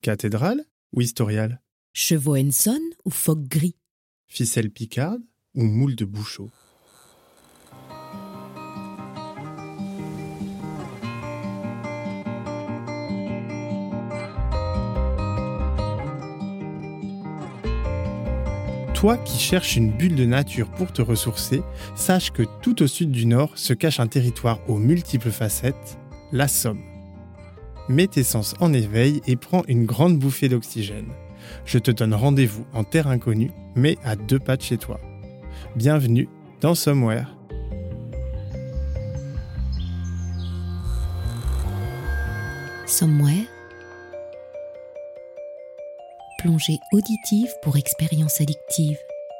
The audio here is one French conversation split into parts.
Cathédrale ou historiale? Chevaux Henson ou phoque gris? Ficelle picarde ou moule de Bouchot? Toi qui cherches une bulle de nature pour te ressourcer, sache que tout au sud du Nord se cache un territoire aux multiples facettes, la Somme. Mets tes sens en éveil et prends une grande bouffée d'oxygène. Je te donne rendez-vous en terre inconnue, mais à 2 pas de chez toi. Bienvenue dans Somewhere. Somewhere. Plongée auditive pour expérience addictive.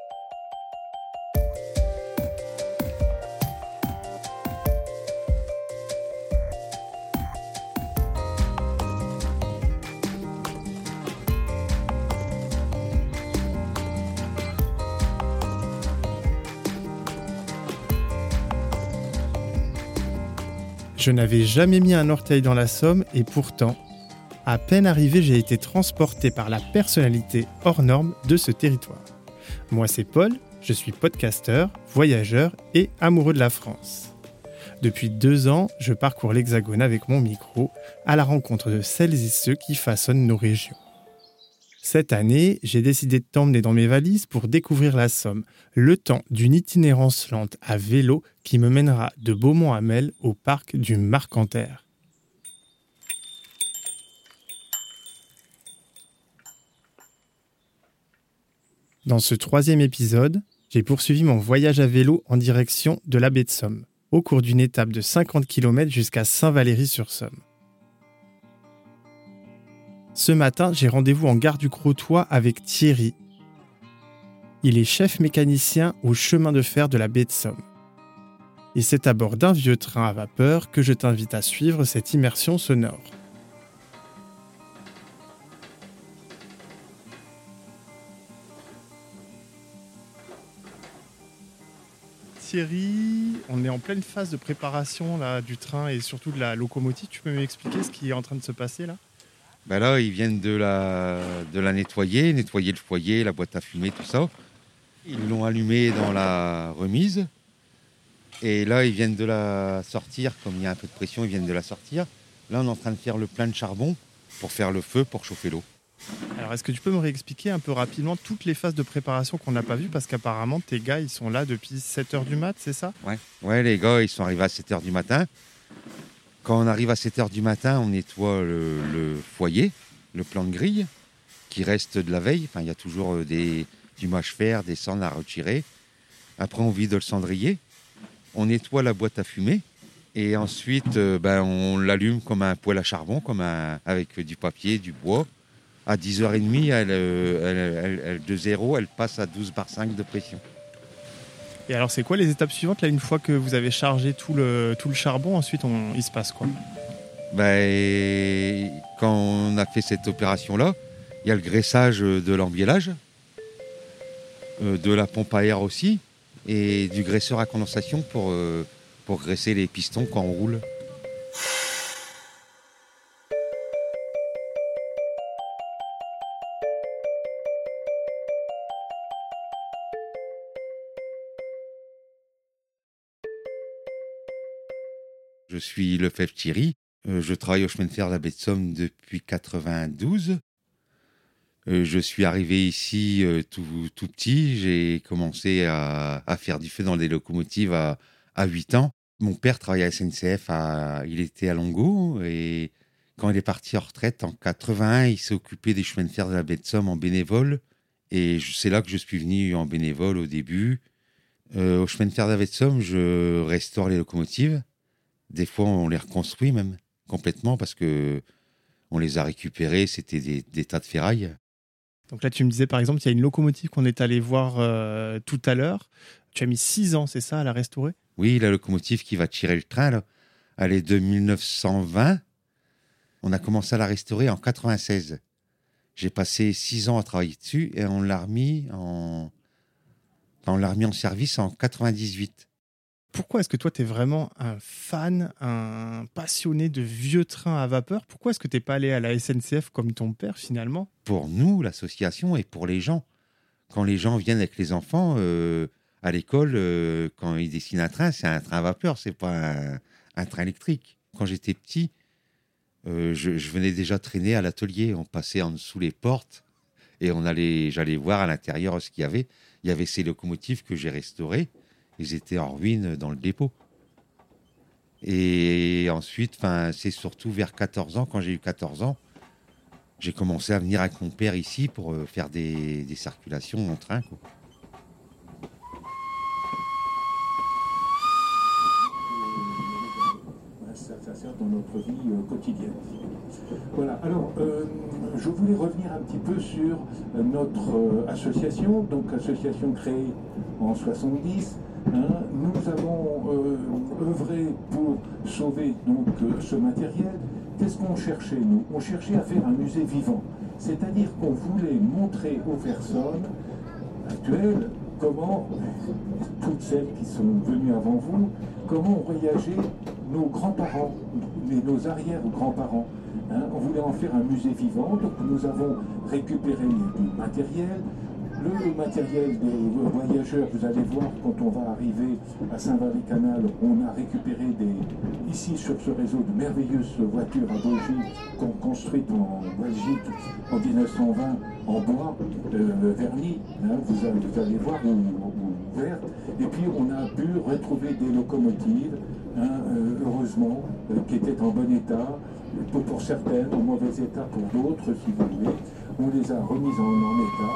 Je n'avais jamais mis un orteil dans la Somme et pourtant, à peine arrivé, j'ai été transporté par la personnalité hors norme de ce territoire. Moi, c'est Paul, je suis podcasteur, voyageur et amoureux de la France. Depuis 2 ans, je parcours l'Hexagone avec mon micro à la rencontre de celles et ceux qui façonnent nos régions. Cette année, j'ai décidé de t'emmener dans mes valises pour découvrir la Somme, le temps d'une itinérance lente à vélo qui me mènera de Beaumont-Hamel au parc du Marcanterre. Dans ce 3e épisode, j'ai poursuivi mon voyage à vélo en direction de la baie de Somme, au cours d'une étape de 50 km jusqu'à Saint-Valery-sur-Somme. Ce matin, j'ai rendez-vous en gare du Crotoy avec Thierry. Il est chef mécanicien au chemin de fer de la baie de Somme. Et c'est à bord d'un vieux train à vapeur que je t'invite à suivre cette immersion sonore. Thierry, on est en pleine phase de préparation là, du train et surtout de la locomotive. Tu peux m'expliquer ce qui est en train de se passer là ? Là, ils viennent de la nettoyer le foyer, la boîte à fumer, tout ça. Ils l'ont allumée dans la remise. Et là, ils viennent de la sortir. Comme il y a un peu de pression, ils viennent de la sortir. Là, on est en train de faire le plein de charbon pour faire le feu, pour chauffer l'eau. Alors, est-ce que tu peux me réexpliquer un peu rapidement toutes les phases de préparation qu'on n'a pas vues? Parce qu'apparemment, tes gars, ils sont là depuis 7h du mat', c'est ça? Ouais, les gars, ils sont arrivés à 7h du matin. Quand on arrive à 7h du matin, on nettoie le foyer, le plan de grille, qui reste de la veille. Enfin, il y a toujours du mâche-fer, des cendres à retirer. Après, on vide le cendrier. On nettoie la boîte à fumer. Et ensuite, on l'allume comme un poêle à charbon, avec du papier, du bois. À 10h30, elle de 0, elle passe à 12 bar 5 de pression. Et alors, c'est quoi les étapes suivantes là, une fois que vous avez chargé tout le charbon, ensuite, il se passe quoi? Quand on a fait cette opération-là, il y a le graissage de l'embiellage, de la pompe à air aussi, et du graisseur à condensation pour graisser les pistons quand on roule. Je suis Lefebvre Thierry, je travaille au chemin de fer de la baie de Somme depuis 92. Je suis arrivé ici tout petit, j'ai commencé à faire du feu dans des locomotives à 8 ans. Mon père travaillait à la SNCF, il était à Longo, et quand il est parti en retraite en 81, il s'est occupé des chemins de fer de la baie de Somme en bénévole. Et c'est là que je suis venu en bénévole au début. Au chemin de fer de la baie de Somme, je restaure les locomotives. Des fois, on les reconstruit même complètement parce que on les a récupérées, c'était des tas de ferraille. Donc là, tu me disais par exemple, il y a une locomotive qu'on est allé voir tout à l'heure. Tu as mis 6 ans, c'est ça, à la restaurer? Oui, la locomotive qui va tirer le train, là, elle est de 1920. On a commencé à la restaurer en 96. J'ai passé 6 ans à travailler dessus et on l'a remis en service en 98. Pourquoi est-ce que toi, tu es vraiment un fan, un passionné de vieux trains à vapeur? Pourquoi est-ce que tu n'es pas allé à la SNCF comme ton père, finalement? Pour nous, l'association, et pour les gens. Quand les gens viennent avec les enfants à l'école, quand ils dessinent un train, c'est un train à vapeur, c'est pas un train électrique. Quand j'étais petit, je venais déjà traîner à l'atelier. On passait en dessous les portes et j'allais voir à l'intérieur ce qu'il y avait. Il y avait ces locomotives que j'ai restaurées. Ils étaient en ruine dans le dépôt. Et ensuite, c'est surtout vers 14 ans, quand j'ai eu 14 ans, j'ai commencé à venir avec mon père ici pour faire des circulations en train, quoi. Ça sert dans notre vie quotidienne. Voilà, alors je voulais revenir un petit peu sur notre association, donc association créée en 70. Nous avons œuvré pour sauver donc ce matériel. Qu'est-ce qu'on cherchait, nous? On cherchait à faire un musée vivant, c'est-à-dire qu'on voulait montrer aux personnes actuelles comment, toutes celles qui sont venues avant vous, comment ont voyagé nos grands-parents, nos arrière-grands-parents. On voulait en faire un musée vivant, donc nous avons récupéré du matériel. Le matériel des voyageurs, vous allez voir, quand on va arriver à Saint-Valery-Canal, on a récupéré ici sur ce réseau de merveilleuses voitures à Bogie construites en Belgique en 1920 en bois verni, vous allez voir, ou vert. Et puis on a pu retrouver des locomotives, heureusement, qui étaient en bon état, pour certaines, en mauvais état pour d'autres, si vous voulez. On les a remises en état.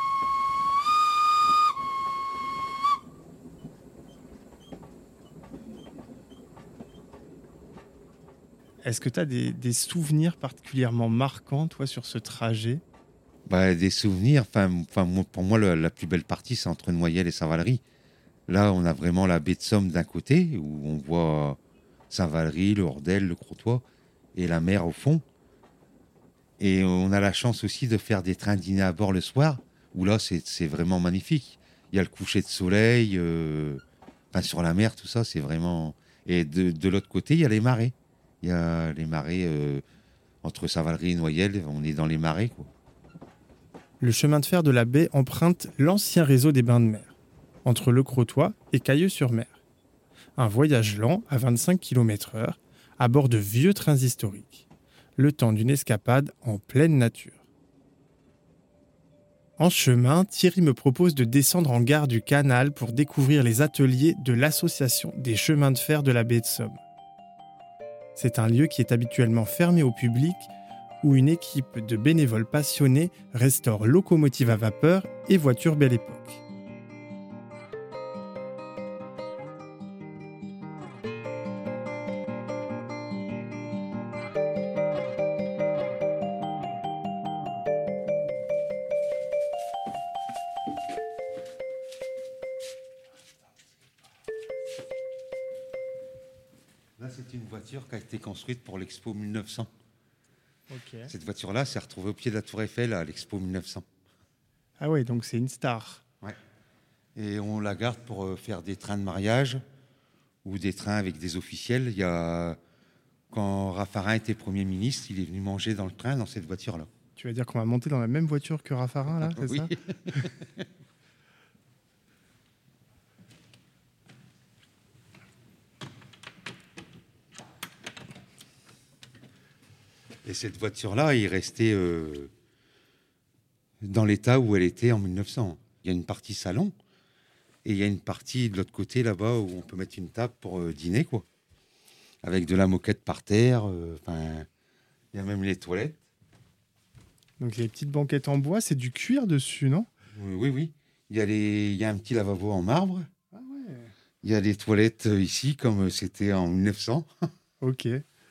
Est-ce que tu as des souvenirs particulièrement marquants, toi, sur ce trajet? Des souvenirs, pour moi, la plus belle partie, c'est entre Noyelles et Saint-Valery. Là, on a vraiment la baie de Somme d'un côté, où on voit Saint-Valery, le Hordel, le Crotoy, et la mer au fond. Et on a la chance aussi de faire des trains dîner à bord le soir, où là, c'est vraiment magnifique. Il y a le coucher de soleil, sur la mer, tout ça, c'est vraiment... Et de l'autre côté, il y a les marais. Il y a les marais entre Saint-Valery et Noyelles, on est dans les marais, quoi. Le chemin de fer de la baie emprunte l'ancien réseau des bains de mer, entre Le Crotoy et Cailleux-sur-Mer. Un voyage lent à 25 km/h, à bord de vieux trains historiques. Le temps d'une escapade en pleine nature. En chemin, Thierry me propose de descendre en gare du Canal pour découvrir les ateliers de l'association des chemins de fer de la baie de Somme. C'est un lieu qui est habituellement fermé au public, où une équipe de bénévoles passionnés restaure locomotives à vapeur et voitures belle époque. Là, c'est une voiture qui a été construite pour l'Expo 1900. Okay. Cette voiture-là s'est retrouvée au pied de la Tour Eiffel à l'Expo 1900. Ah ouais, donc c'est une star. Ouais. Et on la garde pour faire des trains de mariage ou des trains avec des officiels. Il y a... Quand Raffarin était Premier ministre, il est venu manger dans le train dans cette voiture-là. Tu vas dire qu'on va monter dans la même voiture que Raffarin, là, c'est oui. ça? Et cette voiture-là est restée dans l'état où elle était en 1900. Il y a une partie salon et il y a une partie de l'autre côté là-bas où on peut mettre une table pour dîner, quoi. Avec de la moquette par terre. Il y a même les toilettes. Donc les petites banquettes en bois, c'est du cuir dessus, non? Oui. Il y a un petit lavabo en marbre. Ah ouais. Il y a des toilettes ici comme c'était en 1900. Ok.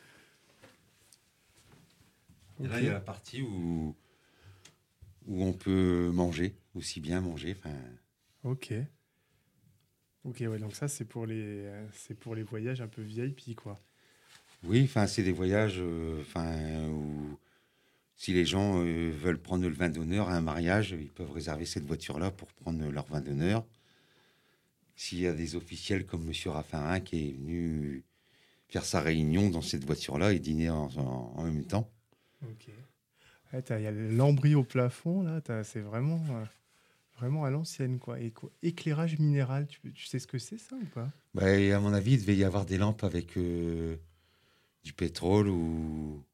Et là, il y a la partie où on peut manger, aussi bien manger. Ok. Ok, ouais, donc ça, c'est pour les voyages un peu VIP, quoi. Oui, c'est des voyages où si les gens veulent prendre le vin d'honneur à un mariage, ils peuvent réserver cette voiture-là pour prendre leur vin d'honneur. s'il y a des officiels comme M. Raffarin qui est venu faire sa réunion dans cette voiture-là et dîner en même temps. Ok. Ouais, il y a l'embris au plafond, là, c'est vraiment à l'ancienne, quoi. Et quoi, éclairage minéral, tu sais ce que c'est, ça, ou pas? Et à mon avis, il devait y avoir des lampes avec du pétrole ou...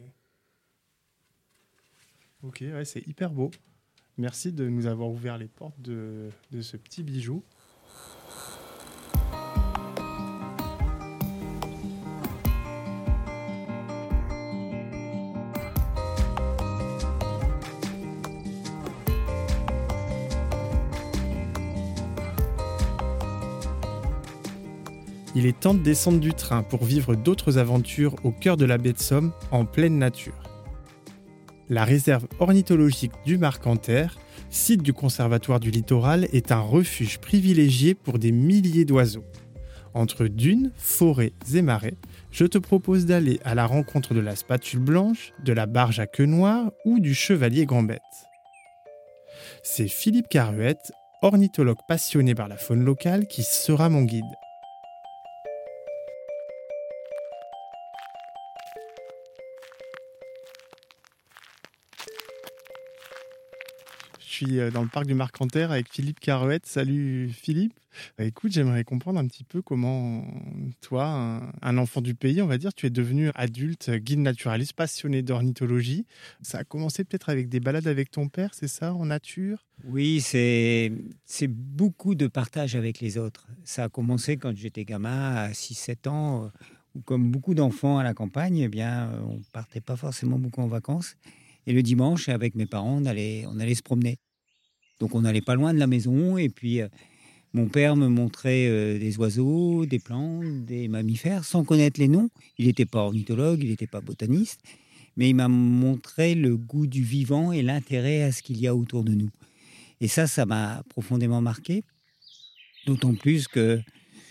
Ok, ouais, c'est hyper beau. Merci de nous avoir ouvert les portes de ce petit bijou. Il est temps de descendre du train pour vivre d'autres aventures au cœur de la baie de Somme, en pleine nature. La réserve ornithologique du Marcanterre, site du Conservatoire du Littoral, est un refuge privilégié pour des milliers d'oiseaux. Entre dunes, forêts et marais, je te propose d'aller à la rencontre de la spatule blanche, de la barge à queue noire ou du chevalier gambette. C'est Philippe Caruette, ornithologue passionné par la faune locale, qui sera mon guide. Je suis dans le parc du Marcanterre avec Philippe Caruette. Salut Philippe. Écoute, j'aimerais comprendre un petit peu comment toi, un enfant du pays, on va dire, tu es devenu adulte, guide naturaliste, passionné d'ornithologie. Ça a commencé peut-être avec des balades avec ton père, c'est ça, en nature? Oui, c'est beaucoup de partage avec les autres. Ça a commencé quand j'étais gamin, à 6-7 ans, où comme beaucoup d'enfants à la campagne, eh bien, on ne partait pas forcément beaucoup en vacances. Et le dimanche, avec mes parents, on allait se promener. Donc on n'allait pas loin de la maison et puis mon père me montrait des oiseaux, des plantes, des mammifères sans connaître les noms. Il n'était pas ornithologue, il n'était pas botaniste, mais il m'a montré le goût du vivant et l'intérêt à ce qu'il y a autour de nous. Et ça m'a profondément marqué, d'autant plus que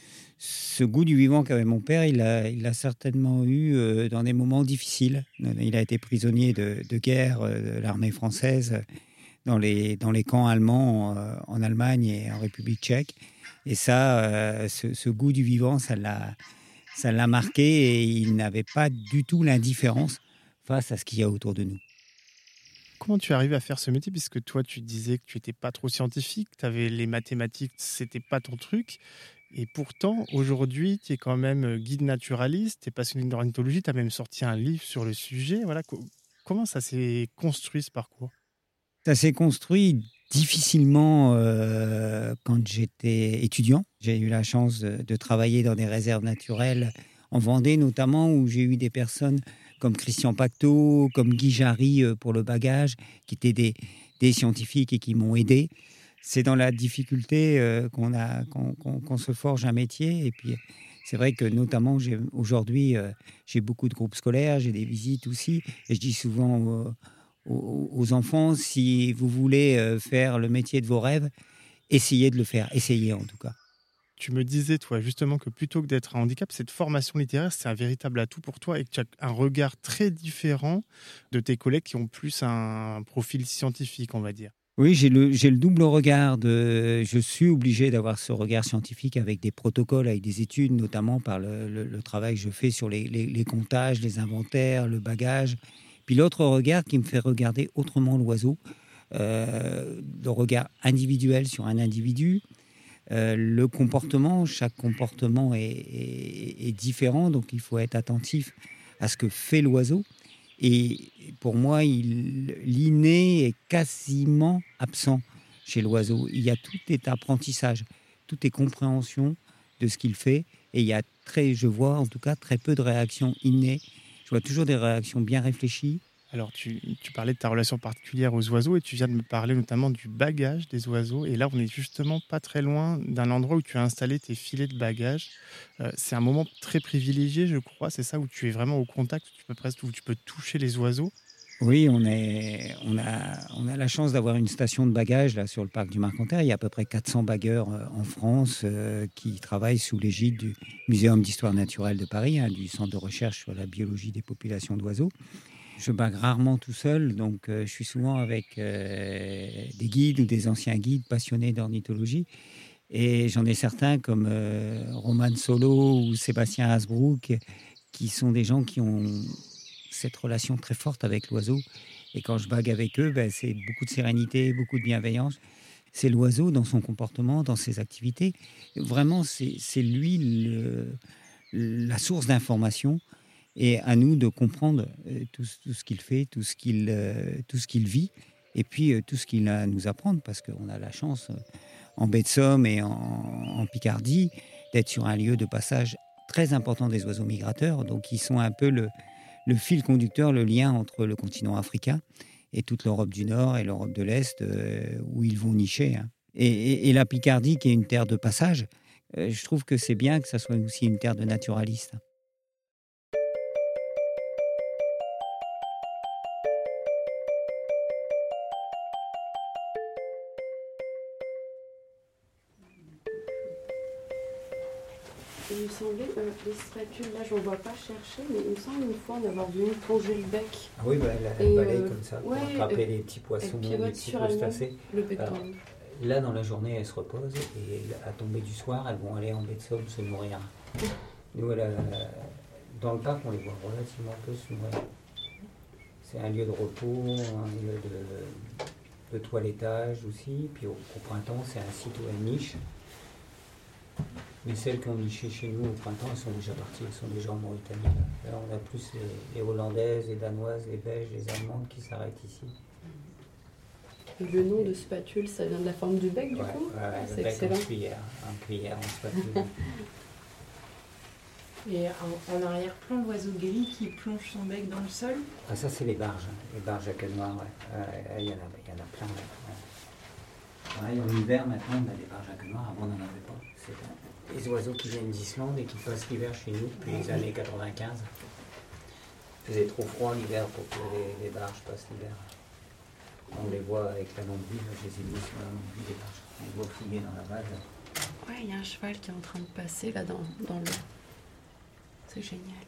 ce goût du vivant qu'avait mon père, il l'a certainement eu dans des moments difficiles. Il a été prisonnier de guerre de l'armée française dans les camps allemands en Allemagne et en République tchèque. Et ça, ce goût du vivant, ça l'a marqué et il n'avait pas du tout l'indifférence face à ce qu'il y a autour de nous. Comment tu es arrivé à faire ce métier? Puisque toi, tu disais que tu n'étais pas trop scientifique, tu avais les mathématiques, c'était pas ton truc. Et pourtant, aujourd'hui, tu es quand même guide naturaliste, tu es passionné d'ornithologie, tu as même sorti un livre sur le sujet. Voilà. Comment ça s'est construit, ce parcours? Ça s'est construit difficilement quand j'étais étudiant. J'ai eu la chance de travailler dans des réserves naturelles en Vendée notamment, où j'ai eu des personnes comme Christian Pacteau, comme Guy Jarry pour le bagage, qui étaient des scientifiques et qui m'ont aidé. C'est dans la difficulté qu'on se forge un métier. Et puis, c'est vrai que notamment, aujourd'hui, j'ai beaucoup de groupes scolaires, j'ai des visites aussi. Et je dis souvent aux enfants, si vous voulez faire le métier de vos rêves, essayez de le faire. Essayez en tout cas. Tu me disais, toi, justement, que plutôt que d'être un handicap, cette formation littéraire, c'est un véritable atout pour toi et que tu as un regard très différent de tes collègues qui ont plus un profil scientifique, on va dire. Oui, j'ai le double regard. Je suis obligé d'avoir ce regard scientifique avec des protocoles, avec des études, notamment par le travail que je fais sur les comptages, les inventaires, le bagage. Puis l'autre regard qui me fait regarder autrement l'oiseau, le regard individuel sur un individu, le comportement, chaque comportement est différent, donc il faut être attentif à ce que fait l'oiseau. Et pour moi, l'inné est quasiment absent chez l'oiseau. Tout est apprentissage, tout est compréhension de ce qu'il fait. Et je vois en tout cas très peu de réactions innées. Je vois toujours des réactions bien réfléchies. Alors, tu parlais de ta relation particulière aux oiseaux et tu viens de me parler notamment du bagage des oiseaux. Et là, on n'est justement pas très loin d'un endroit où tu as installé tes filets de bagage. C'est un moment très privilégié, je crois. C'est ça, où tu es vraiment au contact, où tu peux toucher les oiseaux. Oui, on a la chance d'avoir une station de bagage là, sur le parc du Marcanterre. Il y a à peu près 400 bagueurs en France qui travaillent sous l'égide du Muséum d'histoire naturelle de Paris, du Centre de recherche sur la biologie des populations d'oiseaux. Je bague rarement tout seul, donc je suis souvent avec des guides ou des anciens guides passionnés d'ornithologie. Et j'en ai certains comme Roman Solo ou Sébastien Hasbrook, qui sont des gens qui ont cette relation très forte avec l'oiseau. Et quand je bague avec eux, c'est beaucoup de sérénité, beaucoup de bienveillance. C'est l'oiseau dans son comportement, dans ses activités. Vraiment, c'est lui la source d'information. Et à nous de comprendre tout ce qu'il fait, tout ce qu'il vit, et puis tout ce qu'il a à nous apprendre, parce qu'on a la chance, en baie de Somme et en Picardie, d'être sur un lieu de passage très important des oiseaux migrateurs. Donc ils sont un peu le fil conducteur, le lien entre le continent africain et toute l'Europe du Nord et l'Europe de l'Est, où ils vont nicher. Hein. Et la Picardie, qui est une terre de passage, je trouve que c'est bien que ça soit aussi une terre de naturalistes. Il me semblait, les spatules, là, je ne vois pas chercher, mais il me semble une fois en avoir vu une plonger le bec. Ah oui, elle balaye comme ça pour attraper les petits poissons, les petits crustacés. Le bec. Alors, là, dans la journée, elles se reposent et à tomber du soir, elles vont aller en baie de Somme se nourrir. Nous, dans le parc, on les voit relativement peu se nourrir. C'est un lieu de repos, un lieu de toilettage aussi. Puis au printemps, c'est un site où elles nichent. Mais celles qui ont niché chez nous au printemps, elles sont déjà parties, elles sont déjà en Mauritanie. Là, on a plus les Hollandaises, les Danoises, les Belges, les Allemandes qui s'arrêtent ici. Et le nom de spatule, ça vient de la forme du bec, du coup c'est excellent. En cuillère, en spatule. Et en arrière-plan, l'oiseau gris qui plonge son bec dans le sol. Ah, ça, c'est les barges à queue noire. Il y en a plein. Ouais, en hiver, maintenant, on a des barges à queue noire. Avant, on n'en avait pas. C'est les oiseaux qui viennent d'Islande et qui passent l'hiver chez nous depuis les années 95. Il faisait trop froid l'hiver pour que les barges passent l'hiver. On les voit avec la longue vue, je les ai mis sur la longue vue des barges. On les voit fouiller dans la vase. Ouais, il y a un cheval qui est en train de passer là dans l'eau. C'est génial.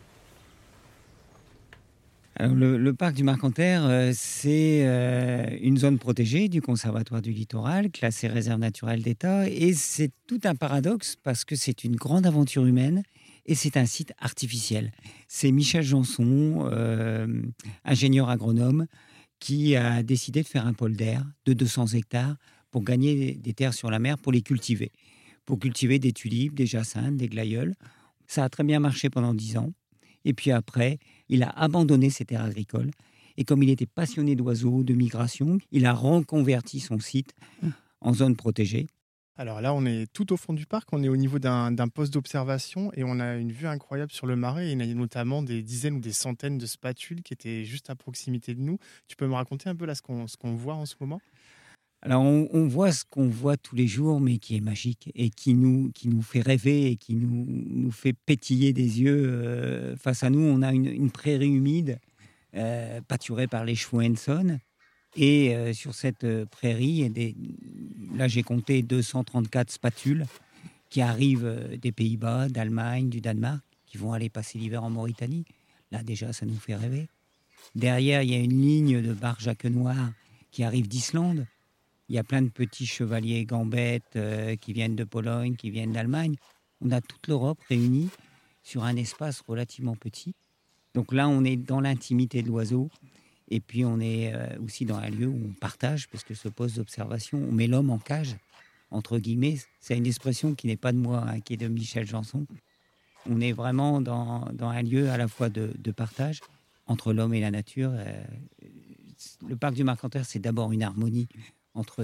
Alors, le parc du Marcanterre, c'est une zone protégée du Conservatoire du Littoral, classée réserve naturelle d'État. Et c'est tout un paradoxe parce que c'est une grande aventure humaine et c'est un site artificiel. C'est Michel Janson, ingénieur agronome, qui a décidé de faire un polder de 200 hectares pour gagner des terres sur la mer pour les cultiver. Pour cultiver des tulipes, des jacinthes, des glaïeuls. Ça a très bien marché pendant 10 ans. Et puis après, il a abandonné ses terres agricoles. Et comme il était passionné d'oiseaux, de migration, il a reconverti son site en zone protégée. Alors là, on est tout au fond du parc, on est au niveau d'un poste d'observation et on a une vue incroyable sur le marais. Et il y a notamment des dizaines ou des centaines de spatules qui étaient juste à proximité de nous. Tu peux me raconter un peu là ce qu'on voit en ce moment ? Alors, on voit ce qu'on voit tous les jours, mais qui est magique et qui nous fait rêver et qui nous fait pétiller des yeux. Face à nous, on a une prairie humide pâturée par les chevaux Henson. Et sur cette prairie, là, j'ai compté 234 spatules qui arrivent des Pays-Bas, d'Allemagne, du Danemark, qui vont aller passer l'hiver en Mauritanie. Là, déjà, ça nous fait rêver. Derrière, il y a une ligne de barges à queue noire qui arrive d'Islande. Il y a plein de petits chevaliers gambettes qui viennent de Pologne, qui viennent d'Allemagne. On a toute l'Europe réunie sur un espace relativement petit. Donc là, on est dans l'intimité de l'oiseau. Et puis, on est aussi dans un lieu où on partage, parce que ce poste d'observation, on met l'homme en cage, entre guillemets. C'est une expression qui n'est pas de moi, hein, qui est de Michel Janson. On est vraiment dans un lieu à la fois de partage entre l'homme et la nature. Le parc du Marcanterre, c'est d'abord une harmonie entre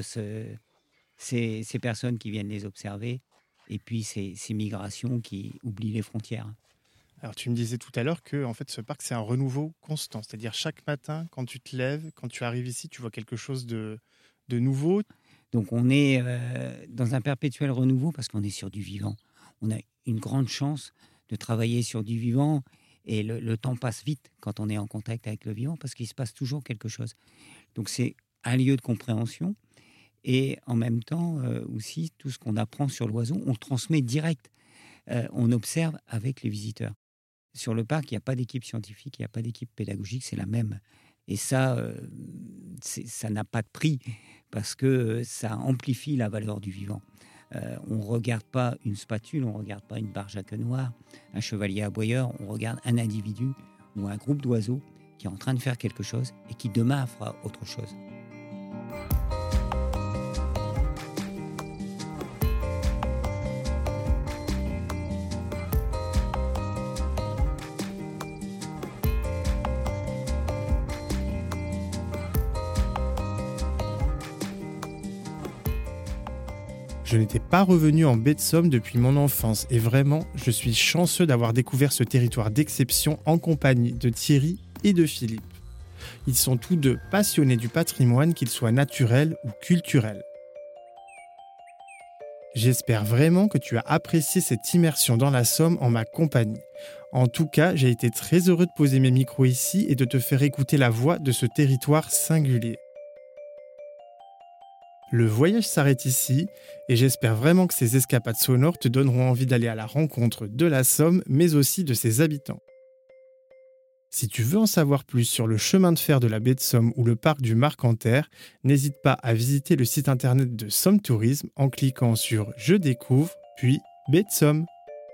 ces personnes qui viennent les observer et puis ces migrations qui oublient les frontières. Alors tu me disais tout à l'heure que en fait, ce parc, c'est un renouveau constant. C'est-à-dire chaque matin, quand tu te lèves, quand tu arrives ici, tu vois quelque chose de nouveau. Donc on est dans un perpétuel renouveau parce qu'on est sur du vivant. On a une grande chance de travailler sur du vivant et le temps passe vite quand on est en contact avec le vivant parce qu'il se passe toujours quelque chose. Donc c'est un lieu de compréhension et en même temps aussi tout ce qu'on apprend sur l'oiseau, on le transmet direct. On observe avec les visiteurs. Sur le parc, il n'y a pas d'équipe scientifique, il n'y a pas d'équipe pédagogique, c'est la même. Et ça, ça n'a pas de prix parce que ça amplifie la valeur du vivant. On ne regarde pas une spatule, on ne regarde pas une barge à queue noire, un chevalier aboyeur, on regarde un individu ou un groupe d'oiseaux qui est en train de faire quelque chose et qui demain fera autre chose. Je n'étais pas revenu en baie de Somme depuis mon enfance et vraiment, je suis chanceux d'avoir découvert ce territoire d'exception en compagnie de Thierry et de Philippe. Ils sont tous deux passionnés du patrimoine, qu'il soit naturel ou culturel. J'espère vraiment que tu as apprécié cette immersion dans la Somme en ma compagnie. En tout cas, j'ai été très heureux de poser mes micros ici et de te faire écouter la voix de ce territoire singulier. Le voyage s'arrête ici et j'espère vraiment que ces escapades sonores te donneront envie d'aller à la rencontre de la Somme, mais aussi de ses habitants. Si tu veux en savoir plus sur le chemin de fer de la baie de Somme ou le parc du Marcanterre, n'hésite pas à visiter le site internet de Somme Tourisme en cliquant sur « Je découvre » puis « Baie de Somme ».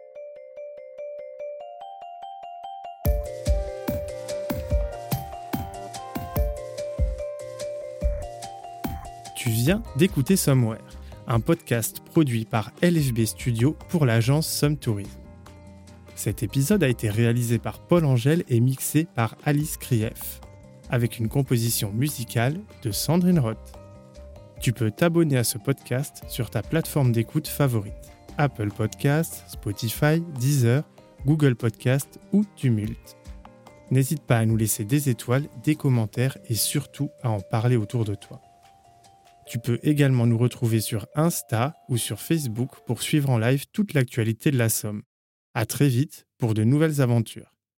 Tu viens d'écouter Somewhere, un podcast produit par LFB Studio pour l'agence Somme Tourisme. Cet épisode a été réalisé par Paul Angèle et mixé par Alice Krief, avec une composition musicale de Sandrine Roth. Tu peux t'abonner à ce podcast sur ta plateforme d'écoute favorite, Apple Podcasts, Spotify, Deezer, Google Podcasts ou Tumult. N'hésite pas à nous laisser des étoiles, des commentaires et surtout à en parler autour de toi. Tu peux également nous retrouver sur Insta ou sur Facebook pour suivre en live toute l'actualité de la Somme. À très vite pour de nouvelles aventures.